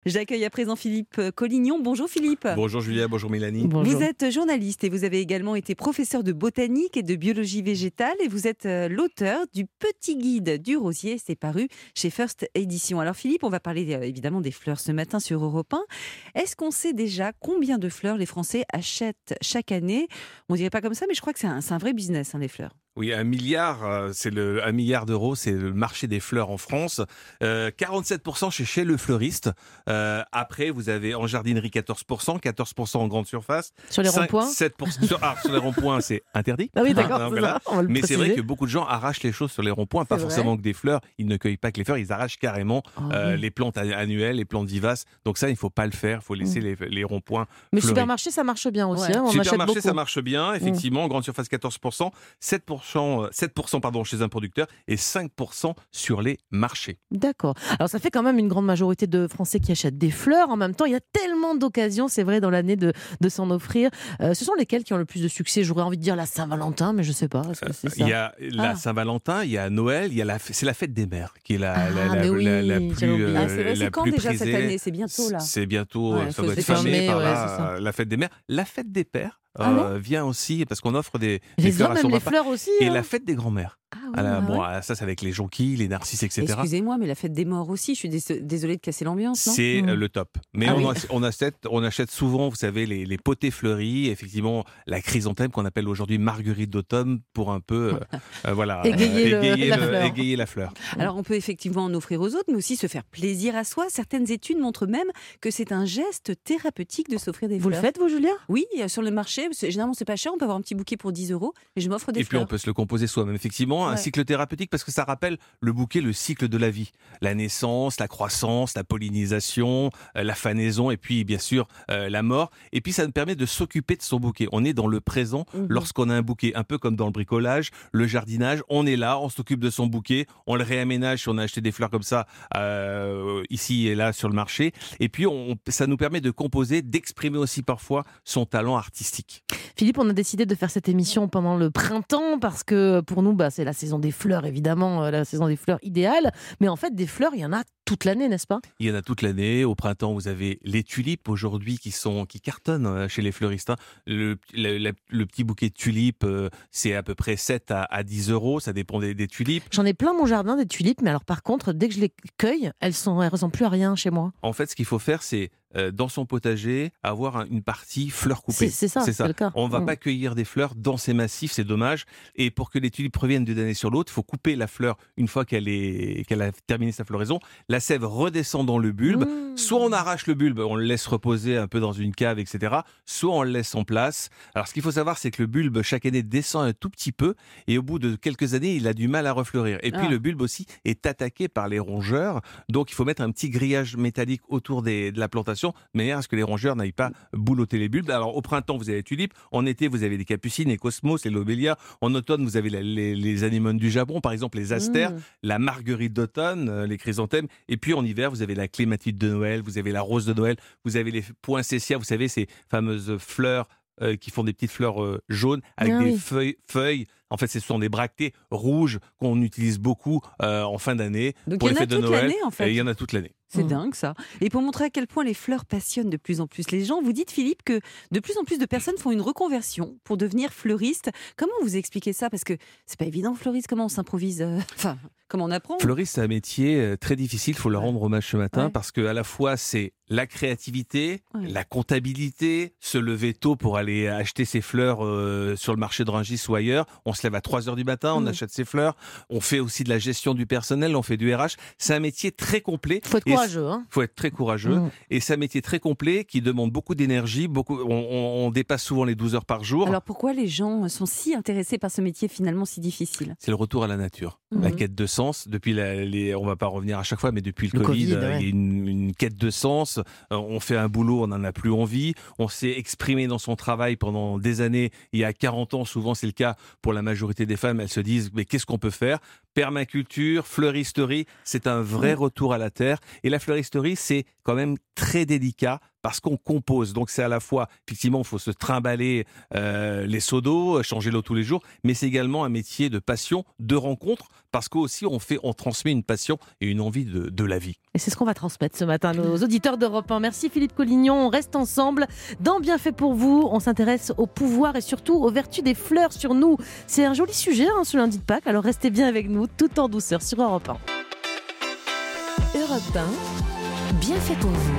J'accueille à présent Philippe Collignon. Bonjour Philippe. Bonjour Julia, bonjour Mélanie. Bonjour. Vous êtes journaliste et vous avez également été professeur de botanique et de biologie végétale et vous êtes l'auteur du Petit Guide du Rosier. C'est paru chez First Édition. Alors Philippe, on va parler évidemment des fleurs ce matin sur Europe 1. Est-ce qu'on sait déjà combien de fleurs les Français achètent chaque année? On dirait pas comme ça, mais je crois que c'est un vrai business, les fleurs. Oui, 1 milliard, 1 milliard d'euros, c'est le marché des fleurs en France. 47% chez le fleuriste. Après, vous avez en jardinerie 14%, 14% en grande surface. Sur les ronds-points 7% sur les ronds-points, c'est interdit. Ah oui, d'accord. Voilà. On va le Mais préciser. c'est vrai que beaucoup de gens arrachent les choses sur les ronds-points. Pas forcément que des fleurs. Ils ne cueillent pas que les fleurs. Ils arrachent carrément les plantes annuelles, les plantes vivaces. Donc ça, il ne faut pas le faire. Il faut laisser les ronds-points Mais fleuris. supermarché, ça marche bien aussi. Ouais. On achète Supermarché, beaucoup. ça marche bien, effectivement. Grande surface, 14%. 7% chez un producteur et 5% sur les marchés. D'accord. Alors ça fait quand même une grande majorité de Français qui achètent des fleurs. En même temps, il y a tellement d'occasions, c'est vrai, dans l'année de s'en offrir. Ce sont lesquelles qui ont le plus de succès? J'aurais envie de dire la Saint-Valentin, mais je ne sais pas. Est-ce que c'est ça? Il y a la Saint-Valentin, il y a Noël, il y a c'est la fête des mères qui est la mais oui, plus j'avais oublié. C'est vrai, c'est quand plus déjà prisée. cette année? C'est bientôt là. C'est bientôt, Ouais, ça doit être c'est fin mai mai, par ouais, là, c'est ça. la fête des mères. La fête des pères vient aussi, parce qu'on offre des Les fleurs hommes à son aiment les repas. fleurs aussi. Et hein. la fête des grands-mères. Ça c'est avec les jonquilles, les narcisses, etc. Excusez-moi, mais la fête des morts aussi, je suis désolée de casser l'ambiance, non? C'est le top. Mais on achète souvent, vous savez, les potées fleuries, effectivement, la chrysanthème qu'on appelle aujourd'hui marguerite d'automne pour un peu égayer la fleur. Alors on peut effectivement en offrir aux autres, mais aussi se faire plaisir à soi. Certaines études montrent même que c'est un geste thérapeutique de s'offrir des Vous fleurs. le faites, vous, Julia? Oui, sur le marché, généralement c'est pas cher, on peut avoir un petit bouquet pour 10 € et je m'offre des Et puis fleurs. on peut se le composer soi-même, effectivement, un cycle thérapeutique parce que ça rappelle le bouquet, le cycle de la vie. La naissance, la croissance, la pollinisation, la fanaison et puis bien sûr la mort. Et puis ça nous permet de s'occuper de son bouquet. On est dans le présent lorsqu'on a un bouquet, un peu comme dans le bricolage, le jardinage. On est là, on s'occupe de son bouquet, on le réaménage si on a acheté des fleurs comme ça ici et là sur le marché. Et puis ça nous permet de composer, d'exprimer aussi parfois son talent artistique. Philippe, on a décidé de faire cette émission pendant le printemps parce que pour nous, c'est la saison des fleurs, évidemment, la saison des fleurs idéale. Mais en fait, des fleurs, il y en a toute l'année, n'est-ce pas? Il y en a toute l'année. Au printemps, vous avez les tulipes aujourd'hui qui cartonnent chez les fleuristes. Le petit bouquet de tulipes, c'est à peu près 7 à 10 €. Ça dépend des tulipes. J'en ai plein mon jardin, des tulipes. Mais alors par contre, dès que je les cueille, elles ressemblent plus à rien chez moi. En fait, ce qu'il faut faire, c'est dans son potager, avoir une partie fleurs coupées. C'est ça, c'est le cas. On ne va pas cueillir des fleurs dans ces massifs, c'est dommage. Et pour que les tulipes reviennent d'une année sur l'autre, il faut couper la fleur une fois qu'elle a terminé sa floraison. La sève redescend dans le bulbe. Soit on arrache le bulbe, on le laisse reposer un peu dans une cave, etc. Soit on le laisse en place. Alors ce qu'il faut savoir, c'est que le bulbe, chaque année, descend un tout petit peu. Et au bout de quelques années, il a du mal à refleurir. Et puis le bulbe aussi est attaqué par les rongeurs. Donc il faut mettre un petit grillage métallique autour de la plantation, de manière à ce que les rongeurs n'aillent pas boulotter les bulbes. Alors au printemps, vous avez les tulipes. En été, vous avez les capucines, les cosmos, les lobélias. En automne, vous avez les anémones du Japon, par exemple les astères, la marguerite d'automne, les chrysanthèmes. Et puis en hiver, vous avez la clématite de Noël, vous avez la rose de Noël, vous avez les poinsettias, vous savez, ces fameuses fleurs qui font des petites fleurs jaunes avec des feuilles. En fait, ce sont des bractées rouges qu'on utilise beaucoup en fin d'année pour les fêtes de Noël. L'année, en fait. Et il y en a toute l'année. C'est dingue ça. Et pour montrer à quel point les fleurs passionnent de plus en plus les gens, vous dites Philippe que de plus en plus de personnes font une reconversion pour devenir fleuriste. Comment vous expliquez ça? Parce que c'est pas évident, fleuriste, comment on s'improvise comment on apprend? Fleuriste, c'est un métier très difficile, il faut leur rendre hommage ce matin parce que à la fois c'est la créativité, la comptabilité, se lever tôt pour aller acheter ses fleurs sur le marché de Rungis ou ailleurs. On se lève à 3h du matin, on achète ses fleurs. On fait aussi de la gestion du personnel, on fait du RH. C'est un métier très complet. Faut être courageux. Faut être très courageux. Et c'est un métier très complet qui demande beaucoup d'énergie. On dépasse souvent les 12 heures par jour. Alors pourquoi les gens sont si intéressés par ce métier finalement si difficile? C'est le retour à la nature. La quête de sens. Depuis on va pas revenir à chaque fois, mais depuis le Covid, il y a une quête de sens. On fait un boulot, on n'en a plus envie. On s'est exprimé dans son travail pendant des années. Il y a 40 ans, souvent c'est le cas pour la majorité des femmes. Elles se disent, mais qu'est-ce qu'on peut faire? permaculture, fleuristerie, c'est un vrai retour à la terre. Et la fleuristerie, c'est quand même très délicat parce qu'on compose. Donc c'est à la fois, effectivement, il faut se trimballer les seaux d'eau, changer l'eau tous les jours, mais c'est également un métier de passion, de rencontre, parce qu'aussi on transmet une passion et une envie de la vie. Et c'est ce qu'on va transmettre ce matin à nos auditeurs d'Europe 1. Merci Philippe Collignon, on reste ensemble dans Bienfait pour vous. On s'intéresse au pouvoir et surtout aux vertus des fleurs sur nous. C'est un joli sujet ce lundi de Pâques, alors restez bien avec nous tout en douceur sur Europe 1. Europe 1, Bienfait pour vous.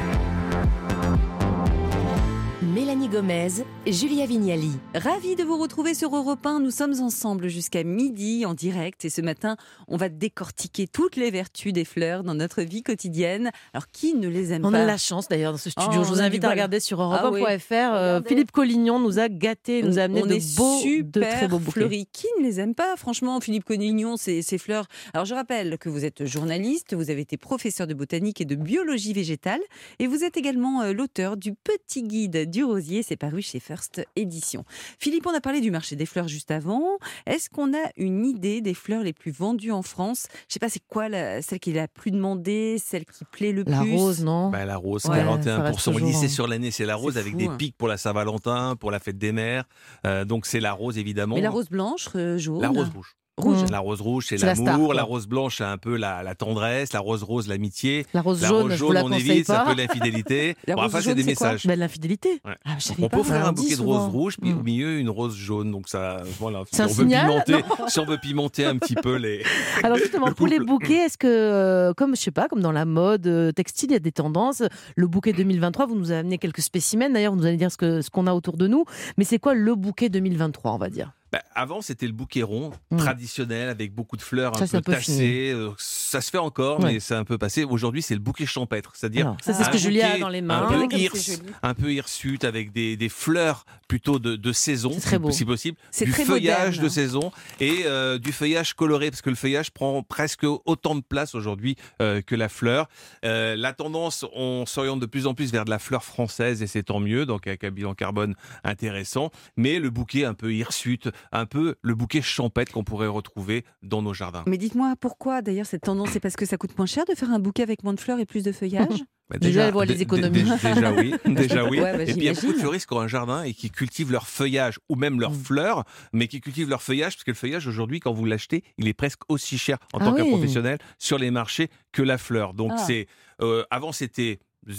Mélanie Gomez, Julia Vignali. Ravi de vous retrouver sur Europe 1. Nous sommes ensemble jusqu'à midi en direct et ce matin, on va décortiquer toutes les vertus des fleurs dans notre vie quotidienne. Alors, qui ne les aime pas ? On a la chance d'ailleurs dans ce studio. Je vous invite à regarder sur europe1.fr. Oui. Philippe Collignon nous a gâtés, nous a amené de très beaux bouquets. Fleuris. Qui ne les aime pas ? Franchement, Philippe Collignon, ces fleurs. Alors, je rappelle que vous êtes journaliste, vous avez été professeur de botanique et de biologie végétale et vous êtes également l'auteur du Petit Guide du Rosier. C'est paru chez First Éditions. Philippe, on a parlé du marché des fleurs juste avant. Est-ce qu'on a une idée des fleurs les plus vendues en France ? Je ne sais pas, c'est quoi celle qui est la plus demandée, celle qui plaît le plus ? La rose, non ? La rose, Ouais, 41%. toujours, Lycée sur l'année, c'est la rose C'est avec fou, des pics pour la Saint-Valentin, pour la fête des mères. Donc c'est la rose évidemment. Mais la rose blanche, jaune ? La rose rouge. Rouge. La rose rouge, c'est la star, l'amour. quoi. La rose blanche, c'est un peu la tendresse. La rose rose, l'amitié. La rose La jaune, rose je vous jaune, la on conseille évite, pas. ça peut l'infidélité. La rose Enfin, c'est jaune, des c'est quoi ? messages. L'infidélité. Ouais. Ah, je savais On pas, peut faire on un dit bouquet de souvent. rose rouge, puis au milieu une rose jaune. Donc ça, voilà. C'est un Si on veut signal ? pimenter, Non. si on veut pimenter un petit peu les. Alors justement, Le pour les couple. bouquets, est-ce que, comme je sais pas, comme dans la mode textile, il y a des tendances. Le bouquet 2023, vous nous avez amené quelques spécimens. D'ailleurs, vous nous allez dire ce qu'on a autour de nous. Mais c'est quoi le bouquet 2023, on va dire ? Avant, c'était le bouquet rond, traditionnel, avec beaucoup de fleurs Ça, c'est un un peu peu tassées. Ça se fait encore, Ouais. mais c'est un peu passé. Aujourd'hui, c'est le bouquet champêtre, c'est-à-dire Alors, ça, c'est ce un que Julia a bouquet dans les mains. un Regardez peu comme hirs, c'est joli. un peu hirsute, avec des fleurs plutôt de saison, C'est très beau. si possible, C'est du très feuillage moderne. de saison et du feuillage coloré, parce que le feuillage prend presque autant de place aujourd'hui que la fleur. La tendance, on s'oriente de plus en plus vers de la fleur française et c'est tant mieux, donc avec un bilan carbone intéressant, mais le bouquet un peu hirsute, un peu le bouquet champêtre qu'on pourrait retrouver dans nos jardins. Mais dites-moi, pourquoi d'ailleurs cette tendance ? C'est parce que ça coûte moins cher de faire un bouquet avec moins de fleurs et plus de feuillage ? Déjà, elle voit les économies. Déjà oui, déjà oui. Ouais, bah, Et puis il y a beaucoup de j'imagine. fleuristes qui ont un jardin et qui cultivent leur feuillage ou même leurs fleurs, mais qui cultivent leur feuillage parce que le feuillage aujourd'hui, quand vous l'achetez, il est presque aussi cher en tant que oui. professionnel sur les marchés que la fleur. Donc Ah. c'est avant c'était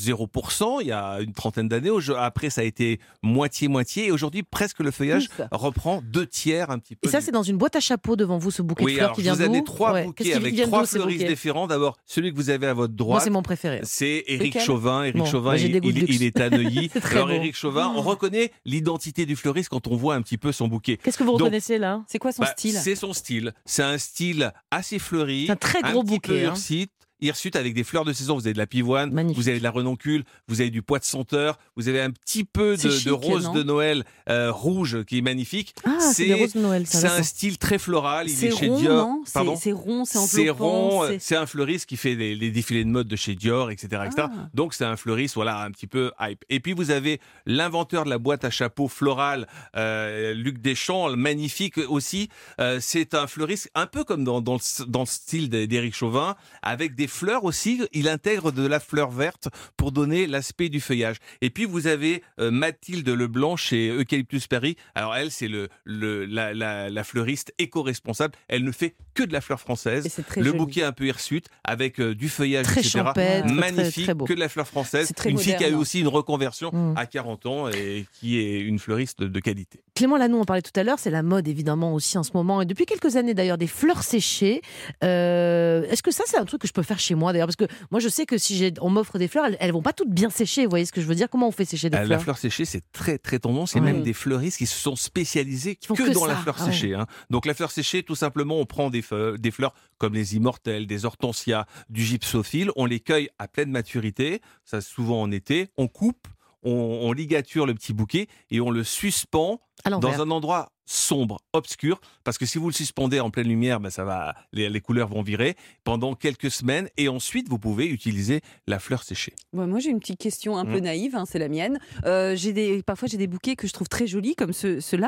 0% il y a une trentaine d'années. Après, ça a été moitié-moitié. Et aujourd'hui, presque le feuillage Ouf. reprend 2 tiers un petit peu. Et ça, c'est dans une boîte à chapeau devant vous, ce bouquet Oui, de fleurs alors qui je vient vous ai amené d'où 3 Ouais. bouquets Qu'est-ce qui avec vient 3 d'où, ces fleuristes bouquets différents. D'abord, celui que vous avez à votre Moi, droite. c'est mon préféré. C'est Éric Lequel Chauvin. Éric Bon, Chauvin, moi, j'ai des goûts de luxe. il est à Neuilly. C'est très Alors, beau. Éric Chauvin, on reconnaît l'identité du fleuriste quand on voit un petit peu son bouquet. Qu'est-ce que vous Donc, reconnaissez là ? C'est quoi son style ? C'est son style. C'est un style assez fleuri. C'est un très gros petit bouquet, peu hein. hirsute avec des fleurs de saison. Vous avez de la pivoine, Magnifique. vous avez de la renoncule, vous avez du pois de senteur, vous avez un petit peu C'est de chic, rose non de Noël rouge qui est magnifique. Ah, c'est des roses de Noël, ça. C'est d'accord. un style très floral. Il C'est est chez rond, Dior. non ? Pardon C'est rond, c'est C'est enveloppant. rond, c'est un fleuriste qui fait les défilés de mode de chez Dior, etc. etc. Ah. Donc c'est un fleuriste, voilà, un petit peu hype. Et puis vous avez l'inventeur de la boîte à chapeau florale, Luc Deschamps, magnifique aussi. C'est un fleuriste un peu comme dans le style d'Éric Chauvin, avec des fleurs aussi. Il intègre de la fleur verte pour donner l'aspect du feuillage. Et puis vous avez Mathilde Leblanc chez Eucalyptus Paris. Alors elle, c'est la fleuriste éco-responsable. Elle ne fait que de la fleur française. Et c'est très Le joli. bouquet un peu hirsute avec du feuillage, Très etc. champêtre, très, Magnifique, très beau. que de la fleur française. C'est très Une fille qui a eu moderne. aussi une reconversion Mm. à 40 ans et qui est une fleuriste de qualité. Clément Lanoux, on parlait tout à l'heure, c'est la mode évidemment aussi en ce moment et depuis quelques années d'ailleurs des fleurs séchées. Est-ce que ça c'est un truc que je peux faire chez moi d'ailleurs parce que moi je sais que si on m'offre des fleurs, elles vont pas toutes bien sécher. Vous voyez ce que je veux dire ? Comment on fait sécher des La fleurs ? fleur séchée, c'est très très tendance. Il y a Ouais. même des fleuristes qui se sont spécialisés Qui font que que dans la ça. fleur Ah ouais. séchée. Hein. Donc la fleur séchée, tout simplement, on prend des fleurs comme les immortelles, des hortensias, du gypsophile. On les cueille à pleine maturité, ça souvent en été. On coupe. on ligature le petit bouquet et on le suspend À l'envers. dans un endroit sombre, obscur, parce que si vous le suspendez en pleine lumière, les couleurs vont virer pendant quelques semaines et ensuite vous pouvez utiliser la fleur séchée. Ouais, moi, j'ai une petite question un peu naïve, c'est la mienne. Parfois, j'ai des bouquets que je trouve très jolis, comme ceux-là,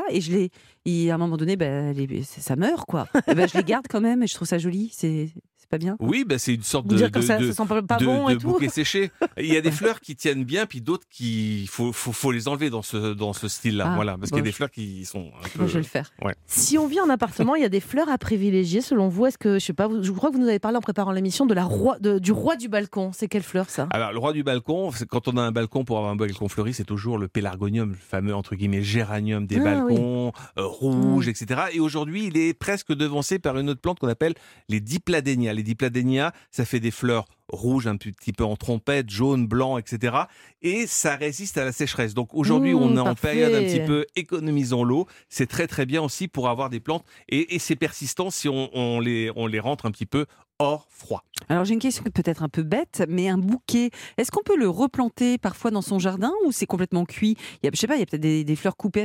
et à un moment donné, ça meurt, quoi. Et je les garde quand même, et je trouve ça joli. C'est pas bien? Oui, c'est une sorte Vous dire que ça sent pas bon et tout. bouquet séché. Il y a des fleurs qui tiennent bien, puis d'autres qui faut les enlever dans ce style-là. Ah, Voilà, parce qu'il y a bon, des fleurs qui sont un peu. Bon, je vais le faire. Si on vit en appartement, il y a des fleurs à privilégier selon vous. Est-ce que, je sais pas, je crois que vous nous avez parlé en préparant l'émission du roi du balcon. C'est quelle fleur ça? Alors, le roi du balcon, quand on a un balcon, pour avoir un balcon fleuri, c'est toujours le pélargonium, le fameux, entre guillemets, géranium des balcons, rouge, etc. Et aujourd'hui, il est presque devancé par une autre plante qu'on appelle les dipladénias. Les dipladénias, ça fait des fleurs rouges, un petit peu en trompette, jaune, blanc, etc. Et ça résiste à la sécheresse. Donc aujourd'hui, on est en parfait. période un petit peu économisons l'eau. C'est très très bien aussi pour avoir des plantes. Et c'est persistant si on les rentre un petit peu hors froid. Alors, j'ai une question peut-être un peu bête, mais un bouquet, est-ce qu'on peut le replanter parfois dans son jardin ou c'est complètement cuit? Je sais pas, il y a peut-être des fleurs coupées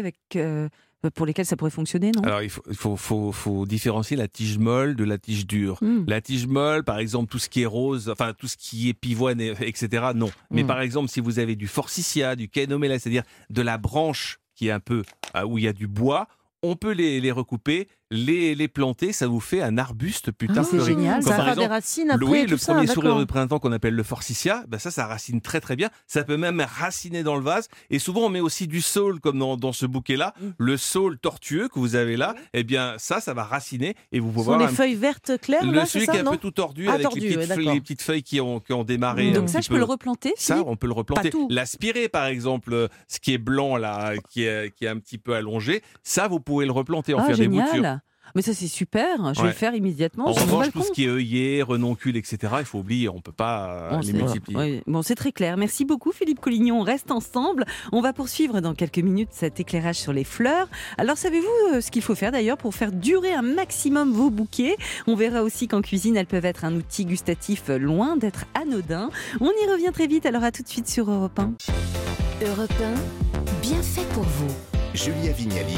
pour lesquelles ça pourrait fonctionner, non? Alors, il faut différencier la tige molle de la tige dure. La tige molle, par exemple, tout ce qui est rose, enfin, tout ce qui est pivoine, etc., non. Mais par exemple, si vous avez du forsythia, du caenomela, c'est-à-dire de la branche qui est un peu, où il y a du bois, on peut les recouper, les planter, ça vous fait un arbuste plus tard c'est fleuri. génial. Ça Comme par fera des exemple, racines après. oui, tout le ça, premier sourire d'accord. de printemps qu'on appelle le forsythia, ça racine très très bien. Ça peut même raciner dans le vase. Et souvent, on met aussi du saule, comme dans ce bouquet-là. Le saule tortueux que vous avez là, ça va raciner et vous pouvez Ce sont voir les feuilles vertes claires, là, c'est celui ça, qui est un non? peu tout tordu, Ah, avec tordu, les d'accord. petites feuilles qui ont démarré. Donc un ça, petit je peux peu. le replanter, Ça, Philippe? on peut le replanter. Pas tout. L'aspirer, par exemple, ce qui est blanc là, qui est un petit peu allongé, ça, vous pouvez le replanter, en faire des boutures. Génial. Mais ça, c'est super. Je vais le faire immédiatement En sur mon revanche, balcon. tout ce qui est œillet, renoncule, etc., il faut oublier, on ne peut pas Bon, les c'est- multiplier. oui. Bon, c'est très clair. Merci beaucoup, Philippe Collignon. On reste ensemble. On va poursuivre dans quelques minutes cet éclairage sur les fleurs. Alors, savez-vous ce qu'il faut faire d'ailleurs pour faire durer un maximum vos bouquets? On verra aussi qu'en cuisine, elles peuvent être un outil gustatif loin d'être anodin. On y revient très vite. Alors, à tout de suite sur Europe 1. Europe 1, bien fait pour vous. Julia Vignali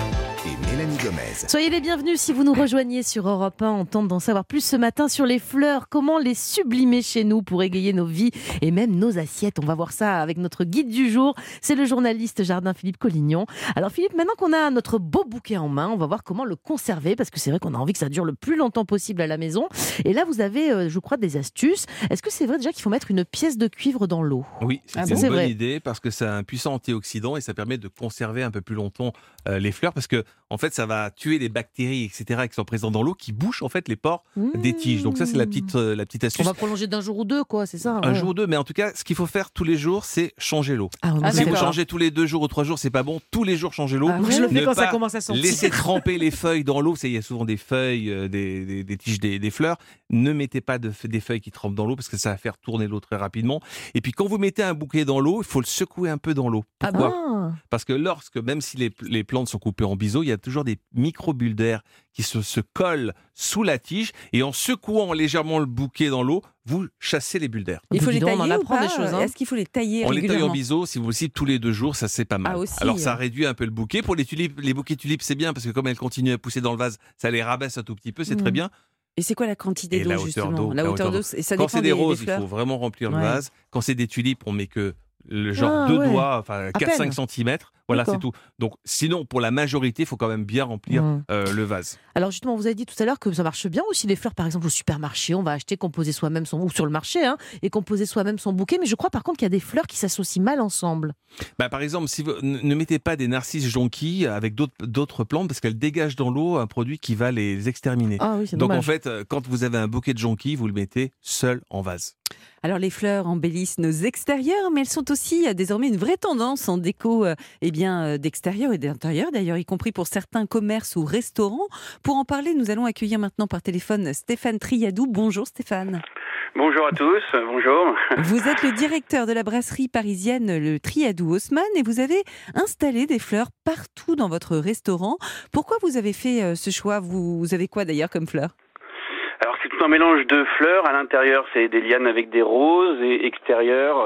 et Mélanie Gomez. Soyez les bienvenus si vous nous rejoignez sur Europe 1. On tente d'en savoir plus ce matin sur les fleurs, comment les sublimer chez nous pour égayer nos vies et même nos assiettes. On va voir ça avec notre guide du jour. C'est le journaliste jardin Philippe Collignon. Alors Philippe, maintenant qu'on a notre beau bouquet en main, on va voir comment le conserver parce que c'est vrai qu'on a envie que ça dure le plus longtemps possible à la maison. Et là, vous avez, je crois, des astuces. Est-ce que c'est vrai déjà qu'il faut mettre une pièce de cuivre dans l'eau? Oui, c'est bon, une c'est bonne vrai. idée parce que c'est un puissant antioxydant et ça permet de conserver un peu plus longtemps les fleurs parce que en fait ça va tuer les bactéries etc qui sont présentes dans l'eau qui bouchent en fait les pores des tiges. Donc ça c'est la petite On astuce. va prolonger d'un jour ou deux, quoi, c'est ça? Un jour ou deux, mais en tout cas ce qu'il faut faire tous les jours c'est changer l'eau. Ah, oui, Si vous d'accord. changez tous les 2 jours ou 3 jours c'est pas bon. Tous les jours changez l'eau. Ah, Moi, je le fais Ne quand ça pas commence à sentir. Laissez tremper les feuilles dans l'eau. Il y a souvent des feuilles, des tiges, des fleurs. Ne mettez pas des feuilles qui trempent dans l'eau parce que ça va faire tourner l'eau très rapidement. Et puis quand vous mettez un bouquet dans l'eau, il faut le secouer un peu dans l'eau. Pourquoi Parce que même si les plantes sont coupées en biseaux, il y a toujours des micro-bulles d'air qui se collent sous la tige. Et en secouant légèrement le bouquet dans l'eau, vous chassez les bulles d'air. Il faut Dis les donc, tailler on en ou apprend pas des choses, hein. Est-ce qu'il faut les tailler On les taille en régulièrement? biseau, si vous possible, tous les 2 jours, ça c'est pas mal. Ah, aussi, Alors ça réduit un peu le bouquet. Pour les tulipes, les bouquets tulipes, c'est bien parce que comme elles continuent à pousser dans le vase, ça les rabaisse un tout petit peu, c'est très bien. Et c'est quoi la quantité Et la d'eau hauteur justement? d'eau, La hauteur d'eau, et ça Quand dépend c'est des roses, il fleurs. faut vraiment remplir le Ouais. vase. Quand c'est des tulipes, on met que le genre Ah, 2 ouais. doigts, enfin À 4-5 peine. cm. Voilà, c'est D'accord. tout. Donc sinon, pour la majorité, il faut quand même bien remplir le vase. Alors justement, vous avez dit tout à l'heure que ça marche bien aussi les fleurs, par exemple au supermarché, on va acheter, composer soi-même ou sur le marché, et composer soi-même son bouquet. Mais je crois par contre qu'il y a des fleurs qui s'associent mal ensemble. Par exemple, si vous ne mettez pas des narcisses jonquilles avec d'autres plantes parce qu'elles dégagent dans l'eau un produit qui va les exterminer. Ah oui, c'est Donc dommage. en fait, quand vous avez un bouquet de jonquilles, vous le mettez seul en vase. Alors les fleurs embellissent nos extérieurs, mais elles sont aussi désormais une vraie tendance en déco d'extérieur et d'intérieur, d'ailleurs, y compris pour certains commerces ou restaurants. Pour en parler, nous allons accueillir maintenant par téléphone Stéphane Triadou. Bonjour Stéphane. Bonjour à tous, bonjour. Vous êtes le directeur de la brasserie parisienne Le Triadou Haussmann et vous avez installé des fleurs partout dans votre restaurant. Pourquoi vous avez fait ce choix? Vous avez quoi d'ailleurs comme fleurs? Alors c'est tout un mélange de fleurs. À l'intérieur, c'est des lianes avec des roses et extérieur,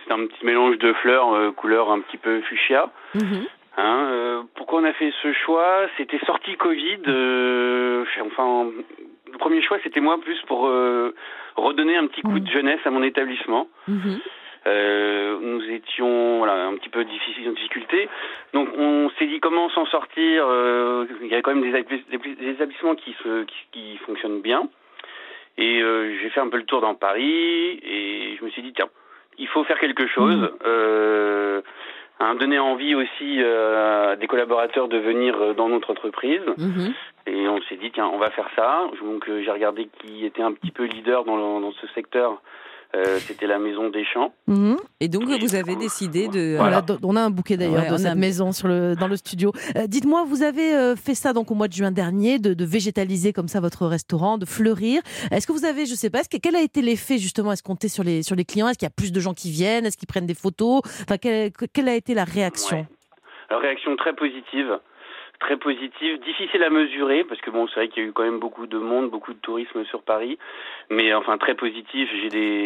C'est un petit mélange de fleurs couleur un petit peu fuchsia. Mhm. Pourquoi on a fait ce choix? C'était sorti Covid. Le premier choix, c'était moi plus pour redonner un petit coup de jeunesse à mon établissement. Mhm. Nous étions un petit peu en difficulté. Donc on s'est dit comment s'en sortir. Il y avait quand même des établissements qui fonctionnent bien. Et j'ai fait un peu le tour dans Paris et je me suis dit tiens, il faut faire quelque chose. Donner envie aussi à des collaborateurs de venir dans notre entreprise. Mhm. Et on s'est dit tiens, on va faire ça. Donc j'ai regardé qui était un petit peu leader dans ce secteur. C'était la Maison des Champs. Mhm. Et donc, vous avez décidé de... Voilà, on a un bouquet d'ailleurs Ouais, de on a cette un- maison dans le studio. Dites-moi, vous avez fait ça donc au mois de juin dernier, de végétaliser comme ça votre restaurant, de fleurir. Est-ce que vous avez, je sais pas, quel a été l'effet justement escompté sur les clients? Est-ce qu'il y a plus de gens qui viennent? Est-ce qu'ils prennent des photos? Enfin, quelle a été la réaction? Ouais. Alors, réaction très positive. Très positive, difficile à mesurer parce que c'est vrai qu'il y a eu quand même beaucoup de monde, beaucoup de tourisme sur Paris, mais très positif. J'ai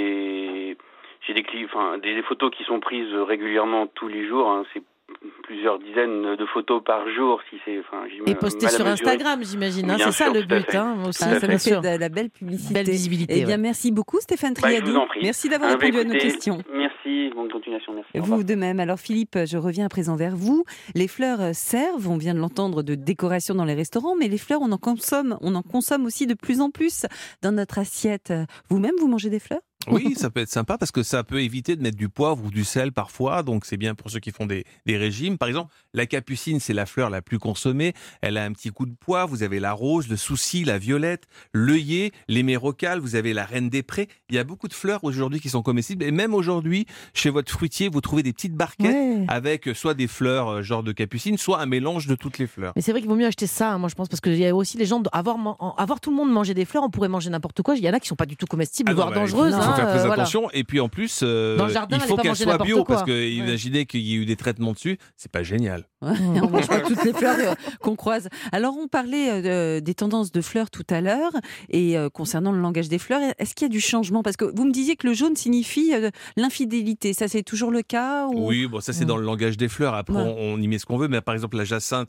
des photos qui sont prises régulièrement tous les jours. C'est plusieurs dizaines de photos par jour si c'est. Et postées sur Instagram, j'imagine. Bien c'est ça sûr, le tout à but, fait. aussi. Tout à Ça fait. me Bien fait sûr. de la belle publicité. Belle visibilité. Eh bien, merci beaucoup Stéphane Je Triadou. vous en prie. Merci d'avoir répondu à nos questions. Merci, bonne continuation. Merci. Au revoir. Vous de même. Alors Philippe, je reviens à présent vers vous. Les fleurs servent, on vient de l'entendre, de décoration dans les restaurants, mais les fleurs, on en consomme aussi de plus en plus dans notre assiette. Vous-même, vous mangez des fleurs ? Oui, ça peut être sympa parce que ça peut éviter de mettre du poivre ou du sel parfois, donc c'est bien pour ceux qui font des régimes. Par exemple, la capucine, c'est la fleur la plus consommée. Elle a un petit coup de poivre. Vous avez la rose, le souci, la violette, l'œillet, l'hémérocale. Vous avez la reine des prés. Il y a beaucoup de fleurs aujourd'hui qui sont comestibles. Et même aujourd'hui, chez votre fruitier, vous trouvez des petites barquettes Ouais. avec soit des fleurs genre de capucine, soit un mélange de toutes les fleurs. Mais c'est vrai qu'il vaut mieux acheter ça, moi je pense, parce qu'il y a aussi les gens, avoir tout le monde manger des fleurs, on pourrait manger n'importe quoi. Il y en a qui sont pas du tout comestibles, voire dangereuses. Il faut faire très voilà. attention. Et puis en plus, Dans le jardin, il allez faut pas qu'elle manger soit n'importe bio quoi. parce que imaginez qu'il y ait eu des traitements dessus, c'est pas génial. Ouais, on mange pas toutes les fleurs qu'on croise. Alors, on parlait des tendances de fleurs tout à l'heure et concernant le langage des fleurs, est-ce qu'il y a du changement? Parce que vous me disiez que le jaune signifie l'infidélité. Ça, c'est toujours le cas ou... Oui, ça c'est dans le langage des fleurs. Après, Ouais. on y met ce qu'on veut. Mais par exemple, la jacinthe,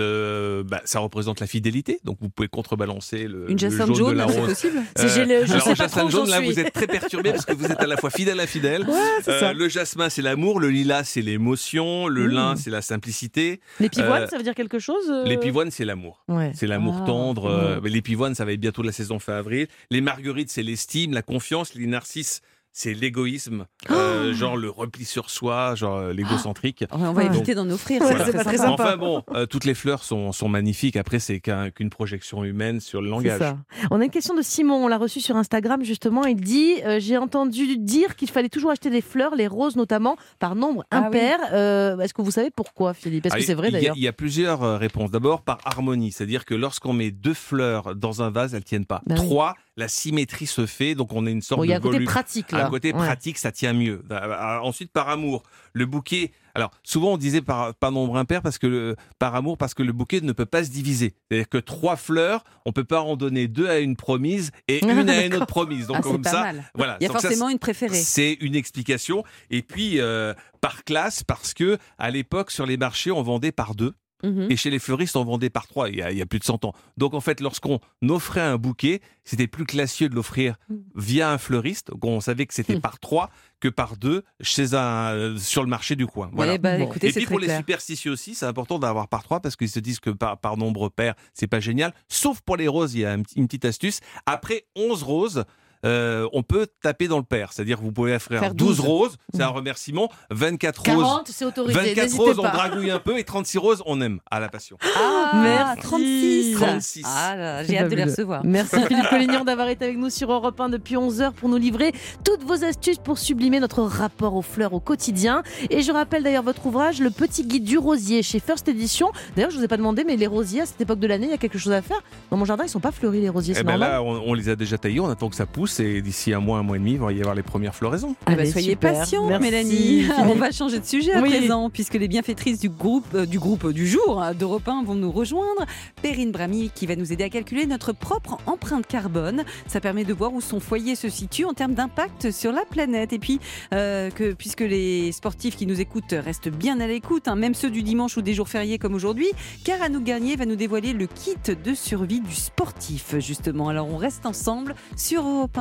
ça représente la fidélité. Donc, vous pouvez contrebalancer le Une jacinthe jaune de jaune, la c'est rose. possible? Je sais alors, pas jacinthe trop où jaune, j'en là, suis. vous êtes très perturbé parce que vous êtes à la fois fidèle infidèle. c'est ça. Le jasmin, c'est l'amour. Le lilas, c'est l'émotion. Le lin, c'est la simplicité. Les pivoines, ça veut dire quelque chose Les pivoines, c'est l'amour. Ouais. C'est l'amour Ah, tendre. Mais les pivoines, ça va être bientôt la saison fin avril. Les marguerites, c'est l'estime, la confiance. Les narcisses, c'est l'égoïsme, genre le repli sur soi, genre l'égocentrique. On va Ouais. éviter d'en offrir. Ouais, c'est c'est pas pas très très sympa. sympa. Enfin bon, toutes les fleurs sont magnifiques. Après, c'est qu'une projection humaine sur le C'est langage. ça. On a une question de Simon, on l'a reçu sur Instagram justement. Il dit j'ai entendu dire qu'il fallait toujours acheter des fleurs, les roses notamment, par nombre Ah impair. Est-ce que vous savez pourquoi, Philippe? Est-ce que c'est vrai d'ailleurs? Il y a plusieurs réponses. D'abord, par harmonie, c'est-à-dire que lorsqu'on met 2 fleurs dans un vase, elles ne tiennent pas. Bah oui. 3, la symétrie se fait, donc on a une sorte Bon, il de y a un côté volume. pratique là. Un côté Ouais. pratique, ça tient mieux. Ensuite, par amour, le bouquet. Alors, souvent, on disait par nombre impair par amour, parce que le bouquet ne peut pas se diviser. C'est-à-dire que 3 fleurs, on peut pas en donner 2 à une promise et une à une autre promise. Donc, Ah, c'est comme pas ça, mal. voilà. Il y a Donc ça, forcément une préférée. c'est une explication. Et puis, par classe, parce que à l'époque, sur les marchés, on vendait par 2. Mhm. Et chez les fleuristes, on vendait par 3, il y a plus de 100 ans. Donc en fait, lorsqu'on offrait un bouquet, c'était plus classieux de l'offrir via un fleuriste. Donc, on savait que c'était par 3 que par 2 sur le marché du coin. Voilà. Ouais, bah, Bon. écoutez, Et c'est puis très pour les clair. superstitieux aussi, c'est important d'avoir par 3 parce qu'ils se disent que par nombre pair, c'est pas génial. Sauf pour les roses, il y a une petite astuce. Après 11 roses, on peut taper dans le pair. C'est-à-dire que vous pouvez offrir Faire 12 12. roses, c'est un remerciement, 24 roses. 40, c'est autorisé. 24 n'hésitez roses, on pas. dragouille un peu, et 36 roses, on aime à la passion. Ah, Merci. 36. 36. Ah là, C'est j'ai hâte de les fabuleux. recevoir. Merci Philippe Collignon d'avoir été avec nous sur Europe 1 depuis 11h pour nous livrer toutes vos astuces pour sublimer notre rapport aux fleurs au quotidien. Et je rappelle d'ailleurs votre ouvrage, Le Petit Guide du Rosier, chez First Edition. D'ailleurs, je vous ai pas demandé, mais les rosiers, à cette époque de l'année, il y a quelque chose à faire? Dans mon jardin, ils sont pas fleuris, les rosiers, Eh c'est ben normal? là, on les a déjà taillés, on attend que ça pousse. pousse et d'ici un mois et demi, il va y avoir les premières floraisons. Soyez super. patiente, Merci. Mélanie. On va changer de sujet à Oui. présent, puisque les bienfaitrices du groupe du jour d'Europe 1 vont nous rejoindre. Perrine Bramy qui va nous aider à calculer notre propre empreinte carbone. Ça permet de voir où son foyer se situe en termes d'impact sur la planète. Et puis, puisque les sportifs qui nous écoutent restent bien à l'écoute, même ceux du dimanche ou des jours fériés comme aujourd'hui, car Anouk Garnier va nous dévoiler le kit de survie du sportif, justement. Alors, on reste ensemble sur Europe 1.